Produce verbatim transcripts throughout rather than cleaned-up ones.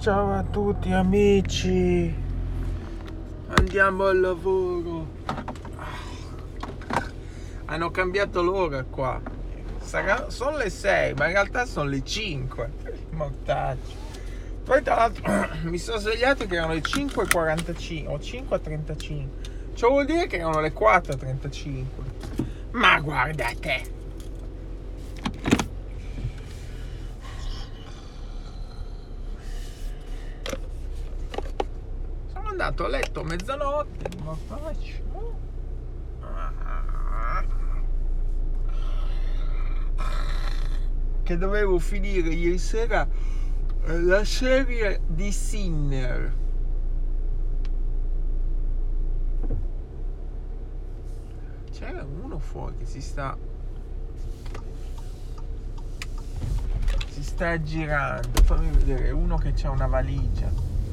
Ciao a tutti amici, andiamo al lavoro. Hanno cambiato l'ora qua, sarà, sono le sei ma in realtà sono le cinque. Mortacci. Poi tra l'altro mi sono svegliato che erano le cinque e quarantacinque o cinque e trentacinque, ciò vuol dire che erano le quattro e trentacinque. Ma guardate, sono andato a letto a mezzanotte, ma faccio che dovevo finire ieri sera la serie di Sinner. C'era uno fuori che si sta si sta girando, fammi vedere, uno che c'ha una valigia.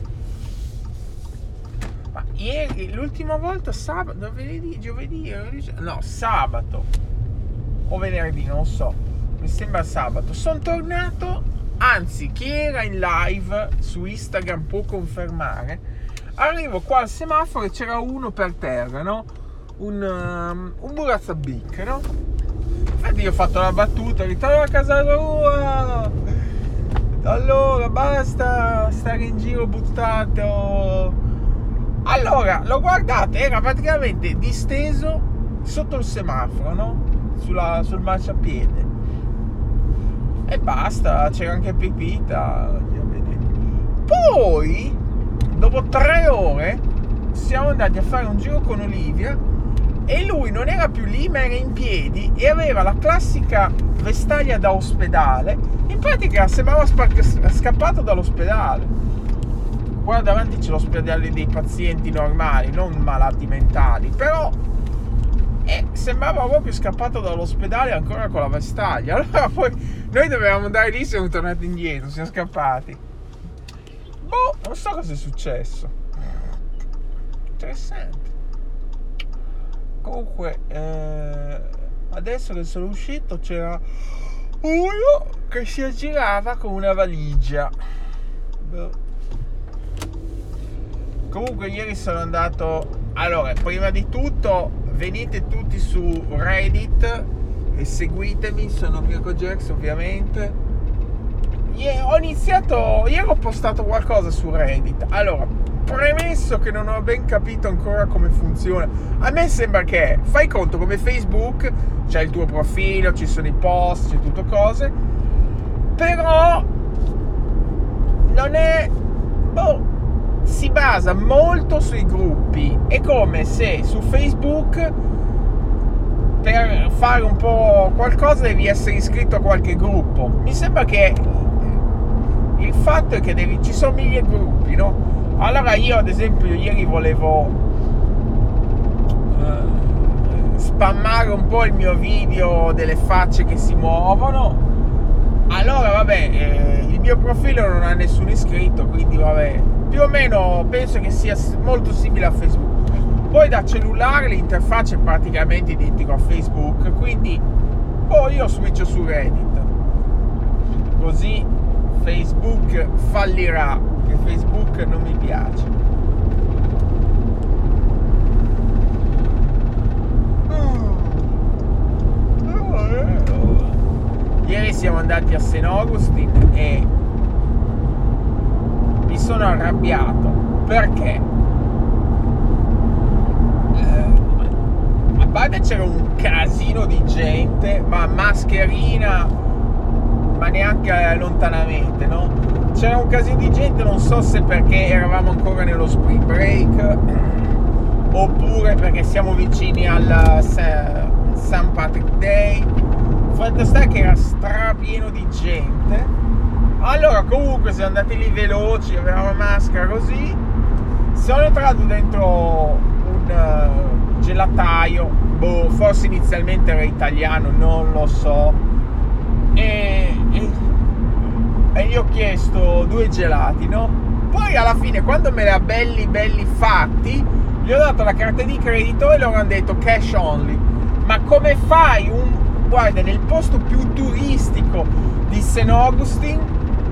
Ma ieri, l'ultima volta sabato, venerdì, giovedì, no, sabato o venerdì, non so, mi sembra sabato, sono tornato, anzi chi era in live su Instagram può confermare, arrivo qua al semaforo e c'era uno per terra, no? Un, um, un burazzabic, no? Infatti io ho fatto la battuta, ritorno a casa tua, allora basta stare in giro buttato. Allora l'ho guardato, era praticamente disteso sotto il semaforo, no? Sulla, sul marciapiede, e basta, c'era anche Pepita. Poi dopo tre ore siamo andati a fare un giro con Olivia e lui non era più lì ma era in piedi e aveva la classica vestaglia da ospedale, in pratica sembrava spa- scappato dall'ospedale. Qua davanti c'è l'ospedale dei pazienti normali, non malati mentali, però e sembrava proprio scappato dall'ospedale ancora con la vestaglia. Allora poi noi dovevamo andare lì, siamo tornati indietro, siamo scappati. Boh, non so cosa è successo. Interessante. Comunque eh, adesso che sono uscito c'era uno che si aggirava con una valigia. Boh. Comunque ieri sono andato. Allora, prima di tutto venite tutti su Reddit e seguitemi, sono Mirko Jax ovviamente. Ieri ho iniziato, ieri ho postato qualcosa su Reddit. Allora, premesso che non ho ben capito ancora come funziona, a me sembra che fai conto come Facebook, c'è il tuo profilo, ci sono i post, c'è tutto cose, però non è, boh, si basa molto sui gruppi. È come se su Facebook per fare un po' qualcosa devi essere iscritto a qualche gruppo. Mi sembra che il fatto è che devi, ci sono mille gruppi, no? Allora io ad esempio ieri volevo uh, spammare un po' il mio video delle facce che si muovono. Allora vabbè, eh, il mio profilo non ha nessun iscritto, quindi vabbè, più o meno penso che sia molto simile a Facebook. Poi da cellulare l'interfaccia è praticamente identica a Facebook, quindi poi io switcho su Reddit, così Facebook fallirà, che Facebook non mi piace. Ieri siamo andati a Saint Augustine e mi sono arrabbiato perché eh, a parte c'era un casino di gente, ma mascherina, ma neanche lontanamente, no? C'era un casino di gente, non so se perché eravamo ancora nello spring break oppure perché siamo vicini al Saint Patrick Day. Fatto sta che era strapieno di gente. Allora comunque siamo andati lì veloci, avevamo la maschera così, sono entrato dentro un uh, gelataio, boh, forse inizialmente era italiano, non lo so, e, e, e gli ho chiesto due gelati, no? Poi alla fine quando me li ha belli belli fatti gli ho dato la carta di credito e loro hanno detto cash only. Ma come fai un, guarda, nel posto più turistico di Saint Augustine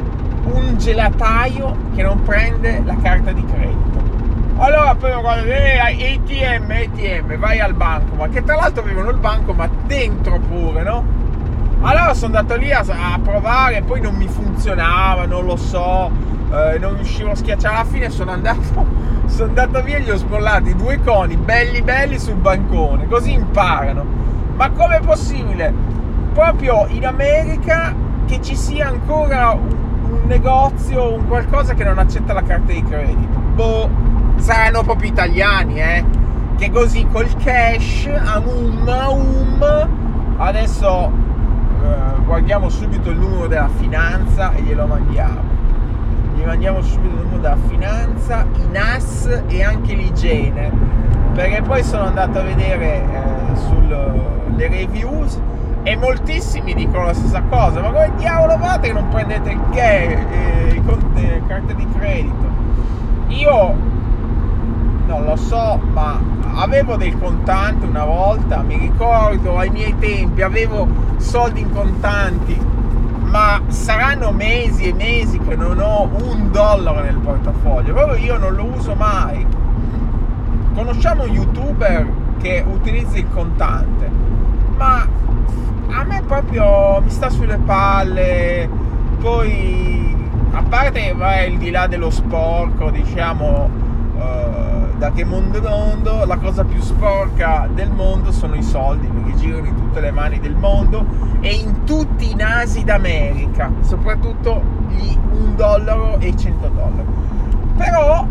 un gelataio che non prende la carta di credito. Allora poi guarda, eh, A T M, A T M, vai al banco, ma che tra l'altro avevano il banco ma dentro pure, no? Allora sono andato lì a, a provare, poi non mi funzionava, non lo so, eh, non riuscivo a schiacciare. Alla fine sono andato, sono andato via e gli ho sbollati due coni belli belli sul bancone, così imparano. Ma com'è possibile? Proprio in America che ci sia ancora un, un negozio, un qualcosa che non accetta la carta di credito. Boh, saranno proprio italiani, eh? Che così col cash, a um, a um. Adesso eh, guardiamo subito il numero della finanza e glielo mandiamo. Gli mandiamo subito il numero della finanza, i N A S e anche l'igiene, perché poi sono andato a vedere eh, sulle reviews e moltissimi dicono la stessa cosa. Ma come diavolo fate che non prendete il che eh, le carte di credito? Io non lo so, ma avevo del contante una volta, mi ricordo ai miei tempi avevo soldi in contanti, ma saranno mesi e mesi che non ho un dollaro nel portafoglio, proprio io non lo uso mai. Conosciamo un youtuber che utilizza il contante, ma a me proprio mi sta sulle palle. Poi a parte vai al di là dello sporco, diciamo, uh, da che mondo è mondo, la cosa più sporca del mondo sono i soldi, perché girano in tutte le mani del mondo e in tutti i nasi d'America, soprattutto gli un dollaro e i cento dollari. Però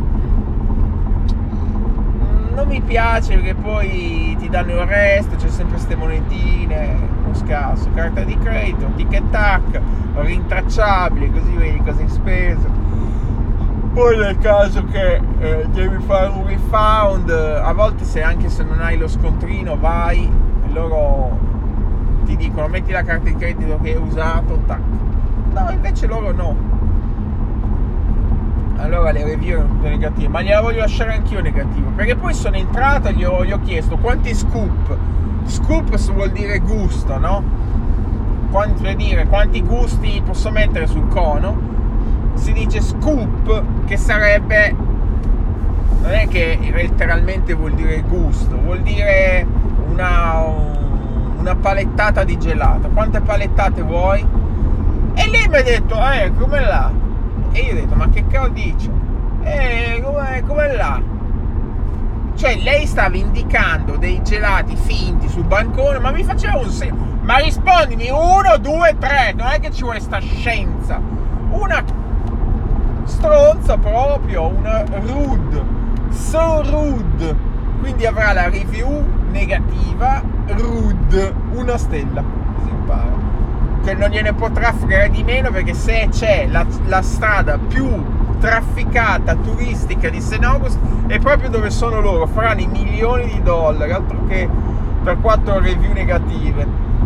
non mi piace perché poi ti danno il resto, c'è sempre queste monetine, uno scarso, carta di credito, ticket tac, rintracciabile, così vedi cosa hai speso. Poi nel caso che eh, devi fare un refund, a volte se anche se non hai lo scontrino vai e loro ti dicono metti la carta di credito che hai usato, tac. No, invece loro no. Allora le review erano tutte negative, ma gliela voglio lasciare anch'io negativa, perché poi sono entrato e gli ho, gli ho chiesto quanti scoop. Scoop vuol dire gusto, no? Quanti, per dire quanti gusti posso mettere sul cono. Si dice scoop, che sarebbe, non è che letteralmente vuol dire gusto, vuol dire una, una palettata di gelato. Quante palettate vuoi? E lei mi ha detto, eh, come là? E io ho detto, ma che cavolo dice? Eh, come, come là? Cioè, lei stava indicando dei gelati finti sul bancone, ma mi faceva un segno. Ma rispondimi, uno, due, tre, non è che ci vuole sta scienza. Una stronza proprio, una rude, so rude. Quindi avrà la review negativa, rude, una stella, così impara. Che non gliene potrà fregare di meno, perché se c'è la, la strada più trafficata turistica di Saint August è proprio dove sono loro, faranno i milioni di dollari, altro che per quattro review negative.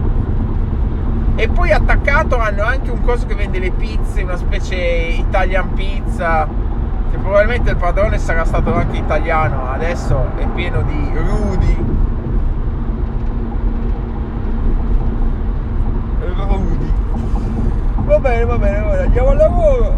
E poi attaccato hanno anche un coso che vende le pizze, una specie Italian pizza, che probabilmente il padrone sarà stato anche italiano, adesso è pieno di Rudy. Rudy. Va bene, va bene, va bene, andiamo al lavoro.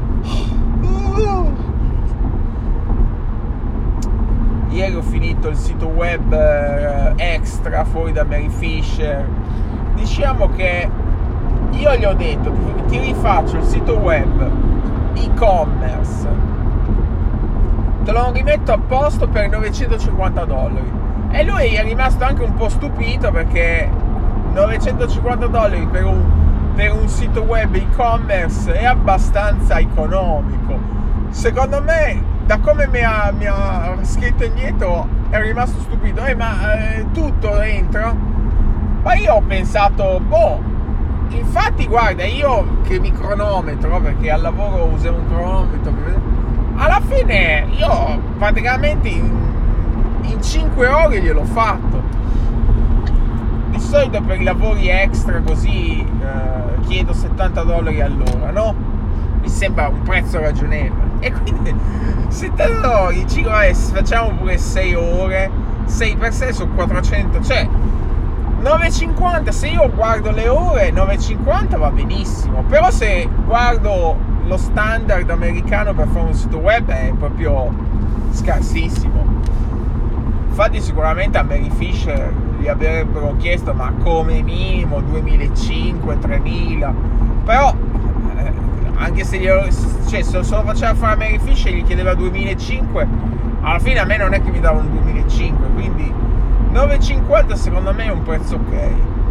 Ieri ho finito il sito web eh, extra fuori da Mary Fisher. Diciamo che io gli ho detto, ti rifaccio il sito web e-commerce, te lo rimetto a posto per novecentocinquanta dollari. E lui è rimasto anche un po' stupito, perché novecentocinquanta dollari per un, per un sito web e-commerce è abbastanza economico. Secondo me, da come mi ha, mi ha scritto indietro, è rimasto stupito. Eh, ma eh, tutto entra? Ma io ho pensato, boh, infatti guarda, io che mi cronometro, perché al lavoro uso un cronometro, alla fine io praticamente in, in cinque ore gliel'ho fatto. Di solito per i lavori extra così eh, chiedo settanta dollari all'ora, no? Mi sembra un prezzo ragionevole. E quindi settanta dollari, facciamo pure sei ore, sei per sei sono quattrocento, cioè nove e cinquanta. Se io guardo le ore, nove e cinquanta va benissimo, però se guardo lo standard americano per fare un sito web è proprio scarsissimo. Infatti sicuramente a Mary Fisher gli avrebbero chiesto ma come minimo duemilacinque tremila, però eh, anche se, glielo, cioè, se lo faceva fare a Mary Fisher gli chiedeva duemilacinque, alla fine a me non è che mi dava un duemilacinque, quindi nove e cinquanta secondo me è un prezzo ok.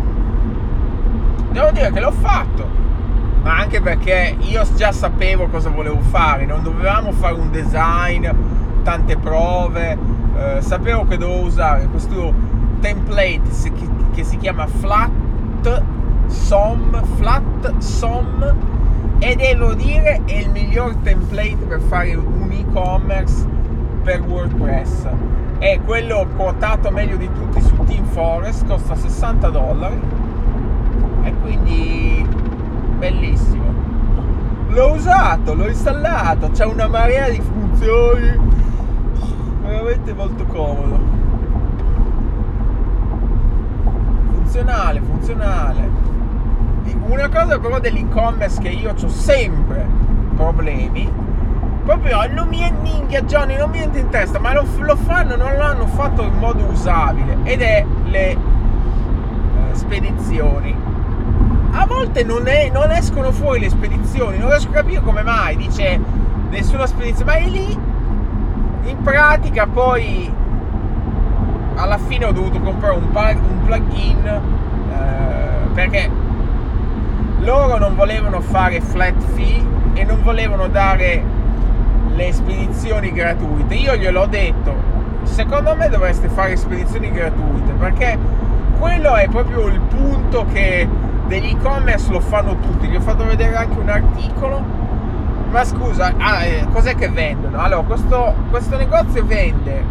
Devo dire che l'ho fatto, ma anche perché io già sapevo cosa volevo fare, non dovevamo fare un design, tante prove, eh, sapevo che dovevo usare questo template che, che si chiama Flat Som, Flat Som, e devo dire è il miglior template per fare un e-commerce per WordPress. È quello quotato meglio di tutti su TeamForest, costa sessanta dollari e quindi bellissimo. L'ho usato, l'ho installato, c'è una marea di funzioni, veramente molto comodo, funzionale, funzionale. Una cosa però dell'e-commerce che io ho sempre problemi, proprio non mi è minchia Johnny, non mi entra in testa, ma lo, lo fanno, non l'hanno fatto in modo usabile, ed è le eh, spedizioni. A volte non, è, non escono fuori le spedizioni, non riesco a capire come mai, dice nessuna spedizione, ma è lì. In pratica poi alla fine ho dovuto comprare un, plug, un plugin eh, perché loro non volevano fare flat fee e non volevano dare le spedizioni gratuite. Io gliel'ho detto, secondo me dovreste fare spedizioni gratuite, perché quello è proprio il punto che degli e-commerce lo fanno tutti. Gli ho fatto vedere anche un articolo. Ma scusa, ah, eh, cos'è che vendono? Allora, questo, questo negozio vende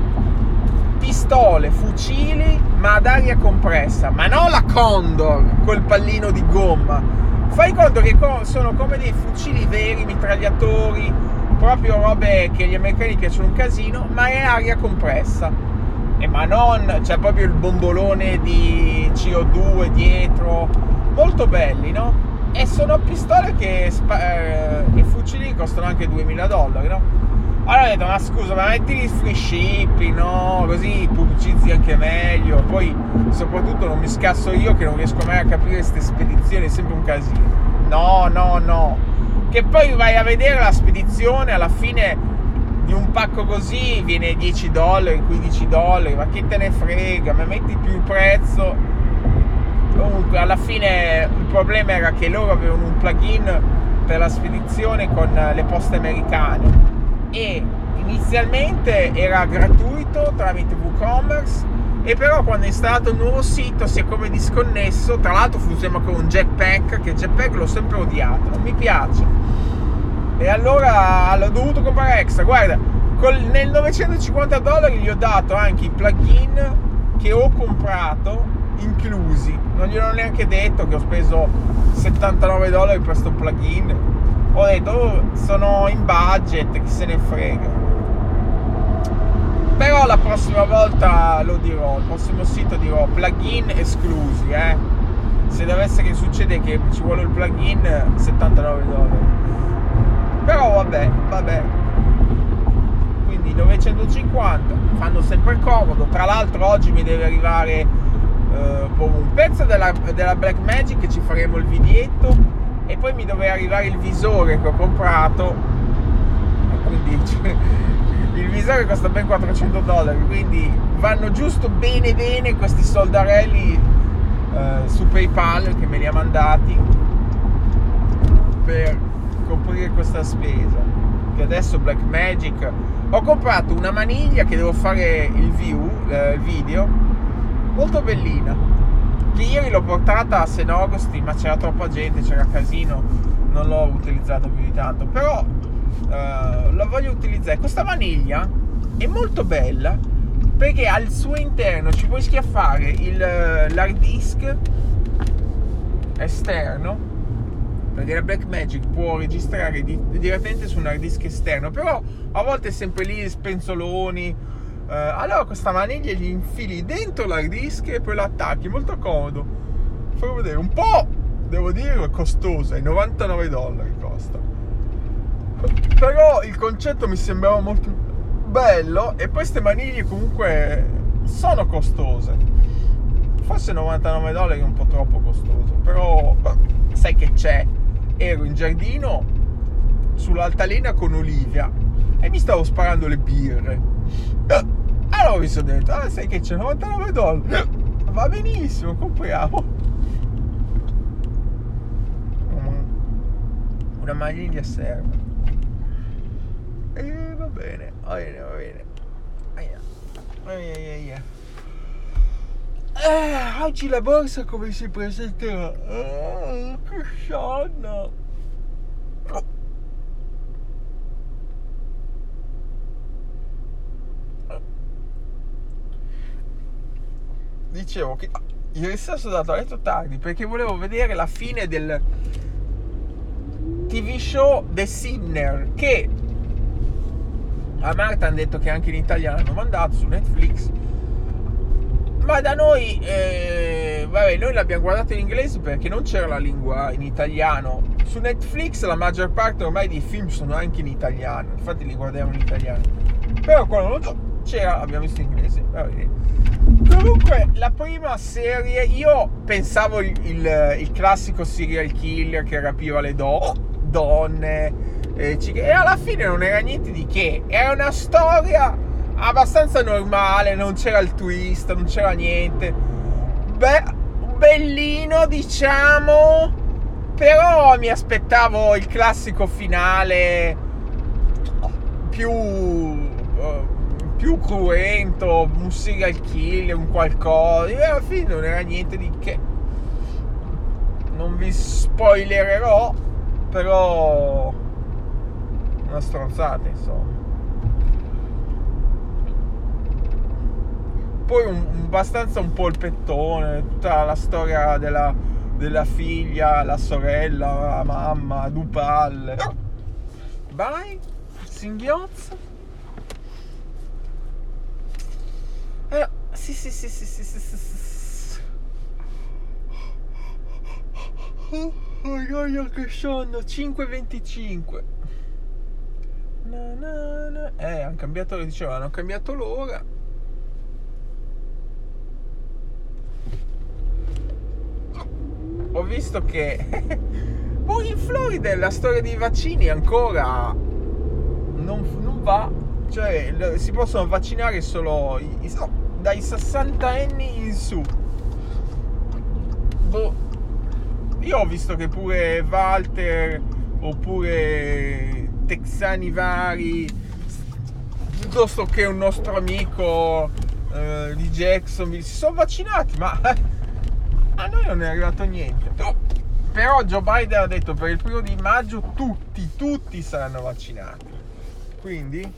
pistole, fucili, ma ad aria compressa, ma non la Condor col pallino di gomma. Fai conto che sono come dei fucili veri, mitragliatori, proprio robe che agli americani piacciono un casino, ma è aria compressa. E ma non, c'è proprio il bombolone di C O due dietro, molto belli, no? E sono pistole che eh, i fucili costano anche duemila dollari, no? Allora ho detto, ma scusa, ma mettili free shipping, no? Così pubblicizzi anche meglio. Poi soprattutto non mi scasso io che non riesco mai a capire queste spedizioni, è sempre un casino. No, no, no. Che poi vai a vedere la spedizione, alla fine di un pacco così viene dieci dollari, quindici dollari, ma chi te ne frega, ma metti più il prezzo. Comunque alla fine il problema era che loro avevano un plugin per la spedizione con le poste americane e inizialmente era gratuito tramite WooCommerce, e però quando ho installato il nuovo sito si è come disconnesso. Tra l'altro funziona con un Jetpack, che Jetpack l'ho sempre odiato, non mi piace, e allora l'ho dovuto comprare extra. Guarda, col, nel novecentocinquanta dollari gli ho dato anche i plugin che ho comprato inclusi, non gliel'ho neanche detto che ho speso settantanove dollari per questo plugin. Ho detto, oh, sono in budget, chi se ne frega. Però la prossima volta lo dirò, il prossimo sito dirò plugin esclusi, eh. Se dovesse che succede che ci vuole il plugin, settantanove dollari. Però vabbè, vabbè. Quindi novecentocinquanta, fanno sempre comodo. Tra l'altro oggi mi deve arrivare Uh, un pezzo della, della Blackmagic, che ci faremo il videetto, e poi mi doveva arrivare il visore che ho comprato, quindi cioè, il visore costa ben quattrocento dollari, quindi vanno giusto bene bene questi soldarelli uh, su PayPal che me li ha mandati per coprire questa spesa. Che adesso Blackmagic, ho comprato una maniglia che devo fare il view, uh, il video, molto bellina, che ieri l'ho portata a Saint Augustine, ma c'era troppa gente, c'era casino, non l'ho utilizzata più di tanto, però uh, la voglio utilizzare. Questa maniglia è molto bella perché al suo interno ci puoi schiaffare il, l'hard disk esterno, perché la Blackmagic può registrare di, direttamente su un hard disk esterno, però a volte è sempre lì spenzoloni. Uh, allora questa maniglia gli infili dentro l'hard disk e poi l'attacchi, molto comodo. Farò vedere un po', devo dire, costosa, i novantanove dollari costa, Però il concetto mi sembrava molto bello, e poi queste maniglie comunque sono costose. Forse novantanove dollari è un po' troppo costoso, però sai che c'è? Ero in giardino sull'altalena con Olivia e mi stavo sparando le birre. Allora mi sono detto, ah, sai che c'è? novantanove dollari, va benissimo, compriamo una maniglia, serve. E va bene, va bene, va bene. Aia. Aia, aia, aia. Eh, oggi la borsa come si presenterà? Oh, che sonno. Dicevo che ieri sera sono andato a letto tardi perché volevo vedere la fine del T V show The Sinner, che a Marta hanno detto che anche in italiano hanno mandato su Netflix, ma da noi eh, vabbè, noi l'abbiamo guardato in inglese perché non c'era la lingua in italiano. Su Netflix la maggior parte ormai dei film sono anche in italiano, infatti li guardiamo in italiano, però quando non c'era l'abbiamo visto in inglese. Vabbè. Comunque la prima serie, io pensavo il, il, il classico serial killer che rapiva le do, donne eh, e alla fine non era niente di che, era una storia abbastanza normale, non c'era il twist, non c'era niente. Beh, bellino diciamo, però mi aspettavo il classico finale più uh, più cruento, un serial killer, un qualcosa, e alla fine non era niente di che. Non vi spoilererò, però una stronzata insomma. Poi un, abbastanza un polpettone, tutta la storia della, della figlia, la sorella, la mamma, due palle. Vai, singhiozzo. Eh, sì, sì, sì, sì, sì, sì, sì, sì. Oh, oh, oh, che sonno, cinque e venticinque. Na, na, na. Eh, hanno cambiato, dicevano, hanno cambiato l'ora. Ho visto che poi in Florida la storia dei vaccini ancora non, non va, cioè si possono vaccinare solo i, i, dai sessanta anni in su. Boh. Io ho visto che pure Walter oppure texani vari, piuttosto che un nostro amico eh, di Jacksonville, si sono vaccinati, ma a noi non è arrivato niente. Però Joe Biden ha detto per il primo di maggio tutti, tutti saranno vaccinati. Quindi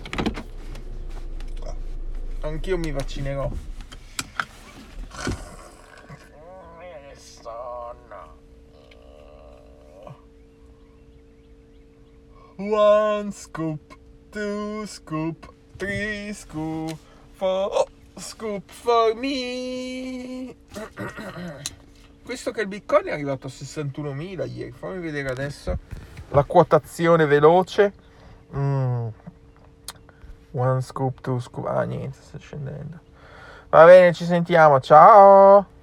anch'io mi vaccinerò. One scoop, two scoop, three scoop, four scoop for me. Questo che il Bitcoin è arrivato a sessantunomila ieri. Fammi vedere adesso la quotazione veloce. Mm. One scoop, two scoop. Ah, niente, sta scendendo. Va bene, ci sentiamo. Ciao.